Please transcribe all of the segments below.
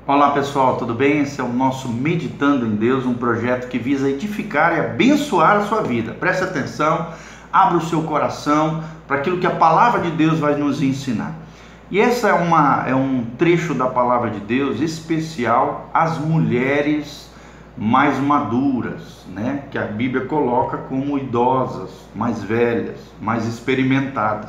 Olá pessoal, tudo bem? Esse é o nosso Meditando em Deus, um projeto que visa edificar e abençoar a sua vida. Preste atenção, abra o seu coração para aquilo que a palavra de Deus vai nos ensinar. E essa é um trecho da palavra de Deus especial às mulheres mais maduras, né? Que a Bíblia coloca como idosas, mais velhas, mais experimentadas.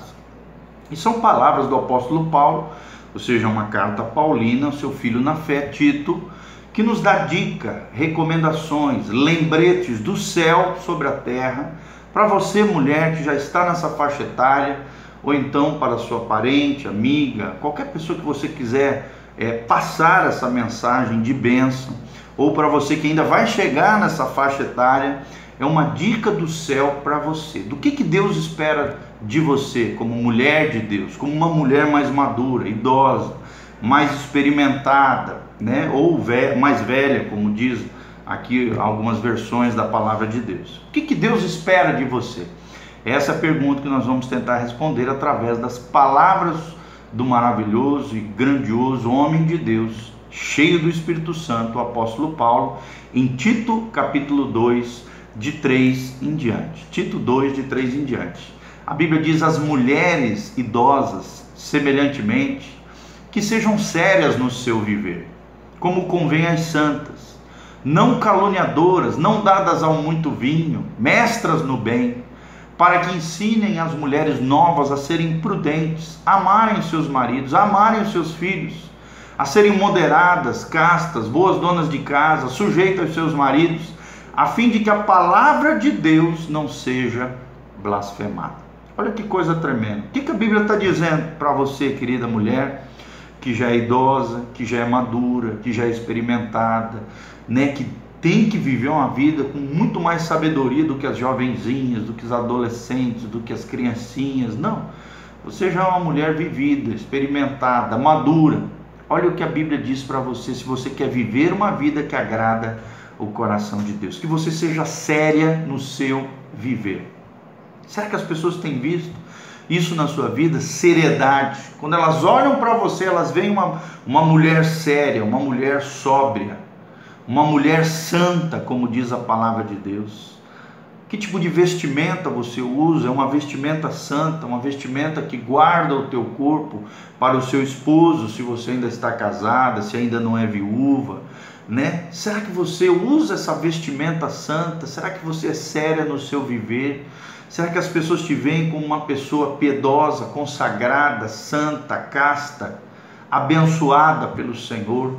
E são palavras do apóstolo Paulo, ou seja, uma carta paulina ao seu filho na fé, Tito, que nos dá dica, recomendações, lembretes do céu sobre a terra, para você, mulher que já está nessa faixa etária, ou então para sua parente, amiga, qualquer pessoa que você quiser passar essa mensagem de bênção, ou para você que ainda vai chegar nessa faixa etária, é uma dica do céu para você. Do que Deus espera de você como mulher de Deus, como uma mulher mais madura, idosa, mais experimentada, né? Ou mais velha, como diz aqui algumas versões da palavra de Deus. O que Deus espera de você? Essa é a pergunta que nós vamos tentar responder através das palavras do maravilhoso e grandioso homem de Deus, cheio do Espírito Santo, o apóstolo Paulo, em Tito capítulo 2, de 3 em diante. Tito 2, de 3 em diante. A Bíblia diz: as mulheres idosas, semelhantemente, que sejam sérias no seu viver, como convém às santas, não caluniadoras, não dadas ao muito vinho, mestras no bem, para que ensinem as mulheres novas a serem prudentes, amarem seus maridos, amarem os seus filhos, a serem moderadas, castas, boas donas de casa, sujeitas aos seus maridos, a fim de que a palavra de Deus não seja blasfemada. Olha que coisa tremenda. O que a Bíblia está dizendo para você, querida mulher, que já é idosa, que já é madura, que já é experimentada, né, que tem que viver uma vida com muito mais sabedoria do que as jovenzinhas, do que os adolescentes, do que as criancinhas. Não, você já é uma mulher vivida, experimentada, madura. Olha o que a Bíblia diz para você, se você quer viver uma vida que agrada o coração de Deus, que você seja séria no seu viver. Será que as pessoas têm visto isso na sua vida? Seriedade. Quando elas olham para você, elas veem uma mulher séria, uma mulher sóbria, uma mulher santa, como diz a palavra de Deus. Que tipo de vestimenta você usa? É uma vestimenta santa, uma vestimenta que guarda o teu corpo para o seu esposo, se você ainda está casada, se ainda não é viúva, né? Será que você usa essa vestimenta santa? Será que você é séria no seu viver? Será que as pessoas te veem como uma pessoa piedosa, consagrada, santa, casta, abençoada pelo Senhor,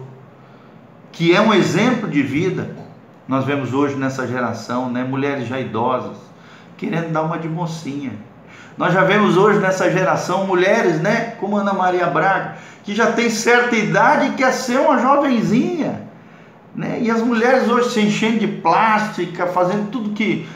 que é um exemplo de vida? Nós vemos hoje nessa geração, né, mulheres já idosas querendo dar uma de mocinha. Nós já vemos hoje nessa geração mulheres, né, como Ana Maria Braga, que já tem certa idade e quer ser uma jovenzinha, né? E as mulheres hoje se enchendo de plástica, fazendo tudo que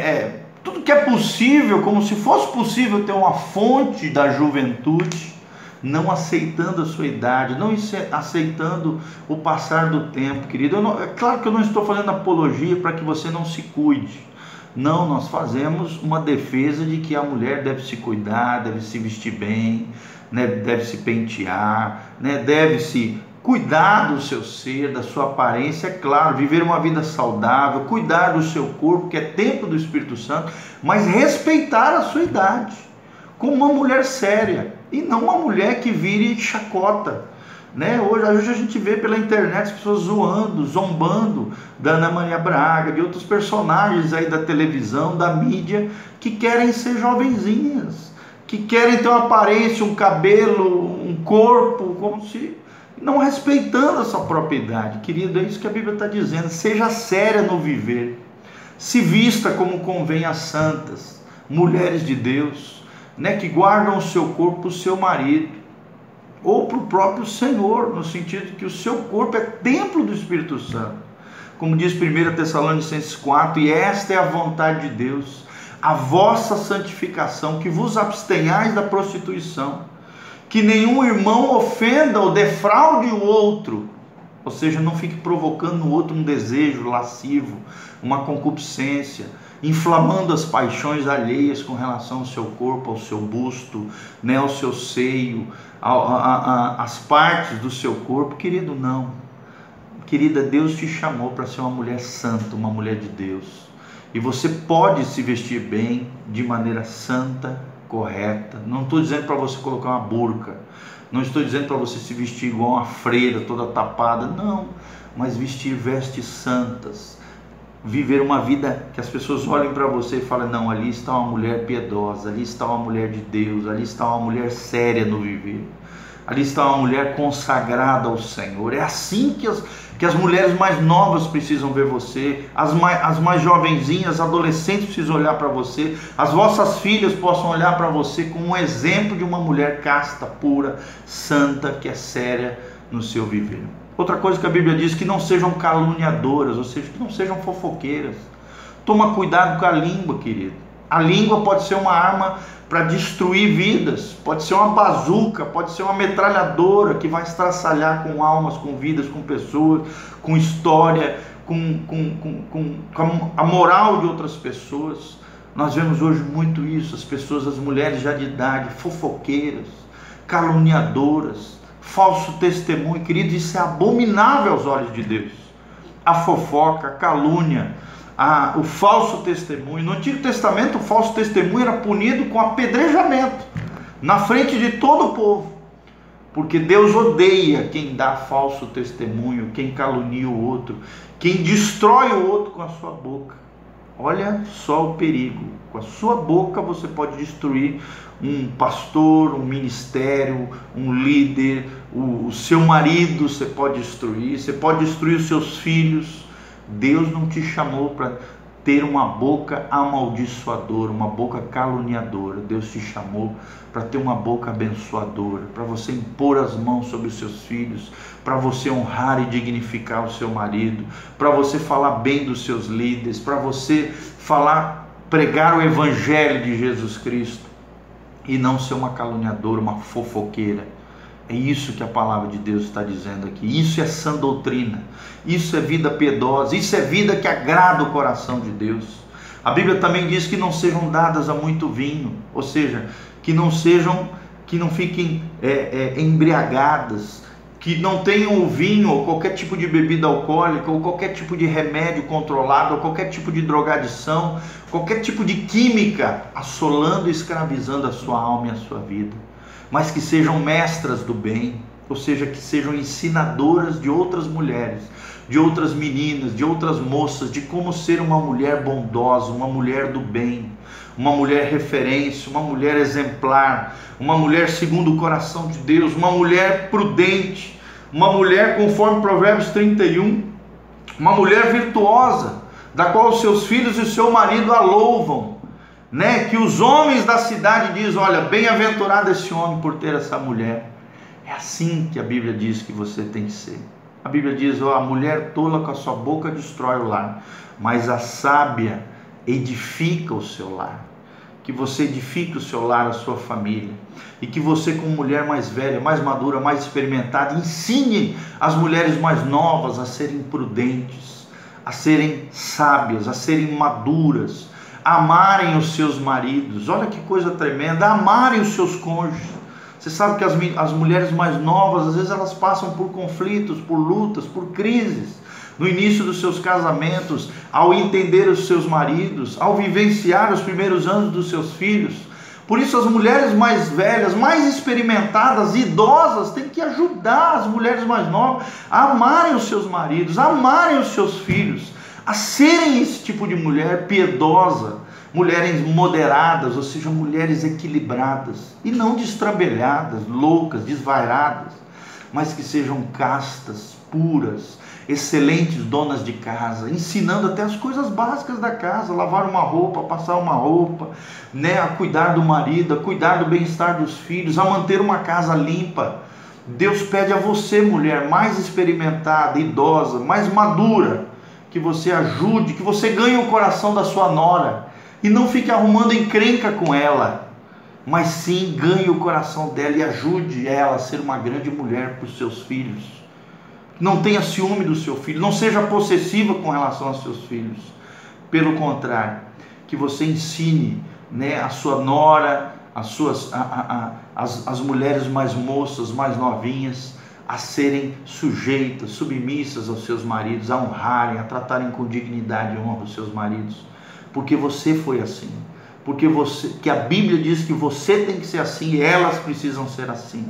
é possível, como se fosse possível ter uma fonte da juventude, não aceitando a sua idade, não aceitando o passar do tempo, querido. É claro que eu não estou fazendo apologia para que você não se cuide. Não, nós fazemos uma defesa de que a mulher deve se cuidar, deve se vestir bem, né, deve se pentear, né, deve se cuidar do seu ser, da sua aparência, é claro, viver uma vida saudável, cuidar do seu corpo, que é templo do Espírito Santo, mas respeitar a sua idade, como uma mulher séria, e não uma mulher que vire chacota, né? Hoje a gente vê pela internet as pessoas zoando, zombando da Ana Maria Braga, de outros personagens aí da televisão, da mídia, que querem ser jovenzinhas, que querem ter uma aparência, um cabelo, um corpo, como se... não respeitando a sua própria idade. Querido, é isso que a Bíblia está dizendo. Seja séria no viver, se vista como convém às santas, mulheres de Deus, né, que guardam o seu corpo para o seu marido, ou para o próprio Senhor, no sentido de que o seu corpo é templo do Espírito Santo, como diz 1 Tessalonicenses 4, e esta é a vontade de Deus, a vossa santificação, que vos abstenhais da prostituição, que nenhum irmão ofenda ou defraude o outro, ou seja, não fique provocando no outro um desejo lascivo, uma concupiscência, inflamando as paixões alheias com relação ao seu corpo, ao seu busto, né, ao seu seio, as partes do seu corpo. Querido, não. Querida, Deus te chamou para ser uma mulher santa, uma mulher de Deus. E você pode se vestir bem, de maneira santa, correta. Não estou dizendo para você colocar uma burca. Não estou dizendo para você se vestir igual uma freira, toda tapada. Não, mas vestir vestes santas. Viver uma vida que as pessoas olhem para você e falem, não, ali está uma mulher piedosa, ali está uma mulher de Deus, ali está uma mulher séria no viver. Ali está uma mulher consagrada ao Senhor. É assim que as mulheres mais novas precisam ver você, as mais jovenzinhas, adolescentes precisam olhar para você, as vossas filhas possam olhar para você como um exemplo de uma mulher casta, pura, santa, que é séria no seu viver. Outra coisa que a Bíblia diz, que não sejam caluniadoras, ou seja, que não sejam fofoqueiras. Toma cuidado com a língua, querido. A língua pode ser uma arma para destruir vidas, pode ser uma bazuca, pode ser uma metralhadora que vai estraçalhar com almas, com vidas, com pessoas, com história, com a moral de outras pessoas. Nós vemos hoje muito isso, as pessoas, as mulheres já de idade, fofoqueiras, caluniadoras, falso testemunho. Querido, isso é abominável aos olhos de Deus. A fofoca, a calúnia, o falso testemunho. No Antigo Testamento, o falso testemunho era punido com apedrejamento na frente de todo o povo, porque Deus odeia quem dá falso testemunho, quem calunia o outro, quem destrói o outro com a sua boca. Olha só o perigo. Com a sua boca você pode destruir um pastor, um ministério, um líder, o seu marido você pode destruir os seus filhos. Deus não te chamou para ter uma boca amaldiçoadora, uma boca caluniadora. Deus te chamou para ter uma boca abençoadora, para você impor as mãos sobre os seus filhos, para você honrar e dignificar o seu marido, para você falar bem dos seus líderes, para você pregar o evangelho de Jesus Cristo e não ser uma caluniadora, uma fofoqueira. É isso que a palavra de Deus está dizendo aqui. Isso é sã doutrina, isso é vida piedosa, isso é vida que agrada o coração de Deus. A Bíblia também diz que não sejam dadas a muito vinho, ou seja, que não fiquem embriagadas, que não tenham o vinho ou qualquer tipo de bebida alcoólica, ou qualquer tipo de remédio controlado, ou qualquer tipo de drogadição, qualquer tipo de química assolando e escravizando a sua alma e a sua vida. Mas que sejam mestras do bem, ou seja, que sejam ensinadoras de outras mulheres, de outras meninas, de outras moças, de como ser uma mulher bondosa, uma mulher do bem, uma mulher referência, uma mulher exemplar, uma mulher segundo o coração de Deus, uma mulher prudente, uma mulher conforme Provérbios 31, uma mulher virtuosa, da qual os seus filhos e o seu marido a louvam. Que os homens da cidade dizem, olha, bem-aventurado esse homem por ter essa mulher. É assim que a Bíblia diz que você tem que ser. A Bíblia diz, a mulher tola com a sua boca destrói o lar, mas a sábia edifica o seu lar. Que você edifique o seu lar, a sua família, e que você, como mulher mais velha, mais madura, mais experimentada, ensine as mulheres mais novas a serem prudentes, a serem sábias, a serem maduras, amarem os seus maridos. Olha que coisa tremenda, amarem os seus cônjuges. Você sabe que as mulheres mais novas, às vezes elas passam por conflitos, por lutas, por crises, no início dos seus casamentos, ao entender os seus maridos, ao vivenciar os primeiros anos dos seus filhos. Por isso as mulheres mais velhas, mais experimentadas, idosas, têm que ajudar as mulheres mais novas a amarem os seus maridos, a amarem os seus filhos, a serem esse tipo de mulher piedosa, mulheres moderadas, ou seja, mulheres equilibradas, e não destrambelhadas, loucas, desvairadas, mas que sejam castas, puras, excelentes donas de casa, ensinando até as coisas básicas da casa, lavar uma roupa, passar uma roupa, a cuidar do marido, a cuidar do bem-estar dos filhos, a manter uma casa limpa. Deus pede a você, mulher mais experimentada, idosa, mais madura, que você ajude, que você ganhe o coração da sua nora, e não fique arrumando encrenca com ela, mas sim ganhe o coração dela e ajude ela a ser uma grande mulher para os seus filhos. Não tenha ciúme do seu filho, não seja possessiva com relação aos seus filhos. Pelo contrário, que você ensine a sua nora, as mulheres mais moças, mais novinhas, a serem sujeitas, submissas aos seus maridos, a honrarem, a tratarem com dignidade e honra os seus maridos, porque você foi assim, que a Bíblia diz que você tem que ser assim e elas precisam ser assim.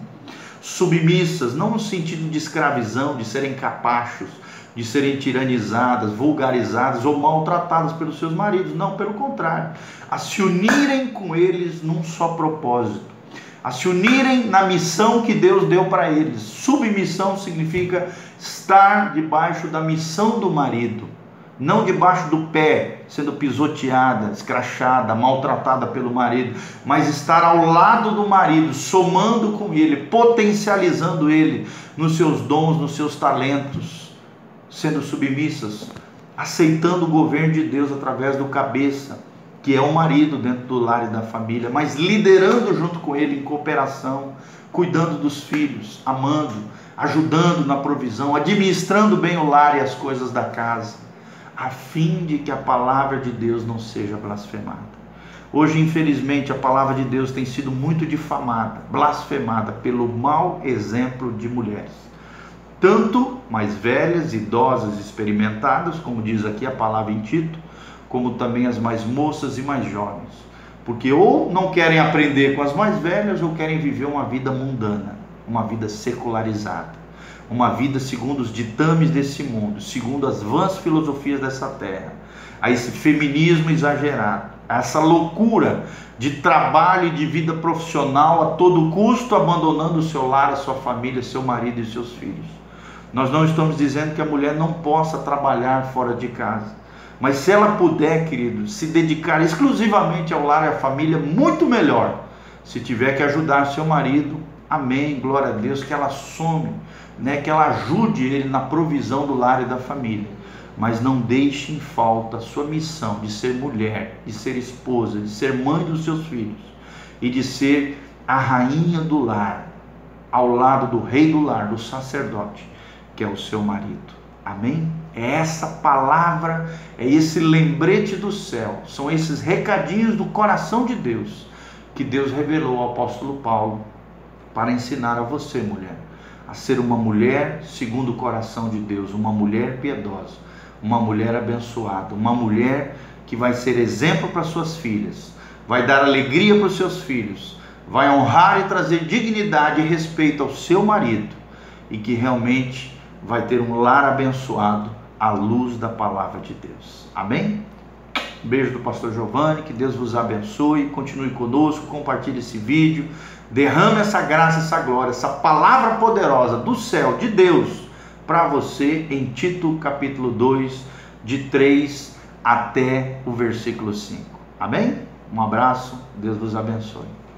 Submissas, não no sentido de escravizão, de serem capachos, de serem tiranizadas, vulgarizadas ou maltratadas pelos seus maridos, não, pelo contrário, a se unirem com eles num só propósito, a se unirem na missão que Deus deu para eles. Submissão significa estar debaixo da missão do marido, não debaixo do pé, sendo pisoteada, escrachada, maltratada pelo marido, mas estar ao lado do marido, somando com ele, potencializando ele nos seus dons, nos seus talentos, sendo submissas, aceitando o governo de Deus através do cabeça, que é o marido dentro do lar e da família, mas liderando junto com ele em cooperação, cuidando dos filhos, amando, ajudando na provisão, administrando bem o lar e as coisas da casa, a fim de que a palavra de Deus não seja blasfemada. Hoje, infelizmente, a palavra de Deus tem sido muito difamada, blasfemada pelo mau exemplo de mulheres, tanto mais velhas, idosas, experimentadas, como diz aqui a palavra em Tito, como também as mais moças e mais jovens, porque ou não querem aprender com as mais velhas ou querem viver uma vida mundana, uma vida secularizada, uma vida segundo os ditames desse mundo, segundo as vãs filosofias dessa terra, a esse feminismo exagerado, a essa loucura de trabalho e de vida profissional a todo custo, abandonando o seu lar, a sua família, seu marido e seus filhos. Nós não estamos dizendo que a mulher não possa trabalhar fora de casa, mas se ela puder, querido, se dedicar exclusivamente ao lar e à família, muito melhor. Se tiver que ajudar seu marido, amém, glória a Deus, que ela some, que ela ajude ele na provisão do lar e da família, mas não deixe em falta a sua missão de ser mulher, de ser esposa, de ser mãe dos seus filhos e de ser a rainha do lar, ao lado do rei do lar, do sacerdote, que é o seu marido. Amém? É essa palavra, é esse lembrete do céu, são esses recadinhos do coração de Deus que Deus revelou ao apóstolo Paulo para ensinar a você, mulher, a ser uma mulher segundo o coração de Deus, uma mulher piedosa, uma mulher abençoada, uma mulher que vai ser exemplo para suas filhas, vai dar alegria para os seus filhos, vai honrar e trazer dignidade e respeito ao seu marido e que realmente vai ter um lar abençoado à luz da palavra de Deus. Amém? Um beijo do pastor Giovanni, que Deus vos abençoe, continue conosco, compartilhe esse vídeo, derrame essa graça, essa glória, essa palavra poderosa do céu, de Deus, para você em Tito capítulo 2, de 3 até o versículo 5. Amém? Um abraço, Deus vos abençoe.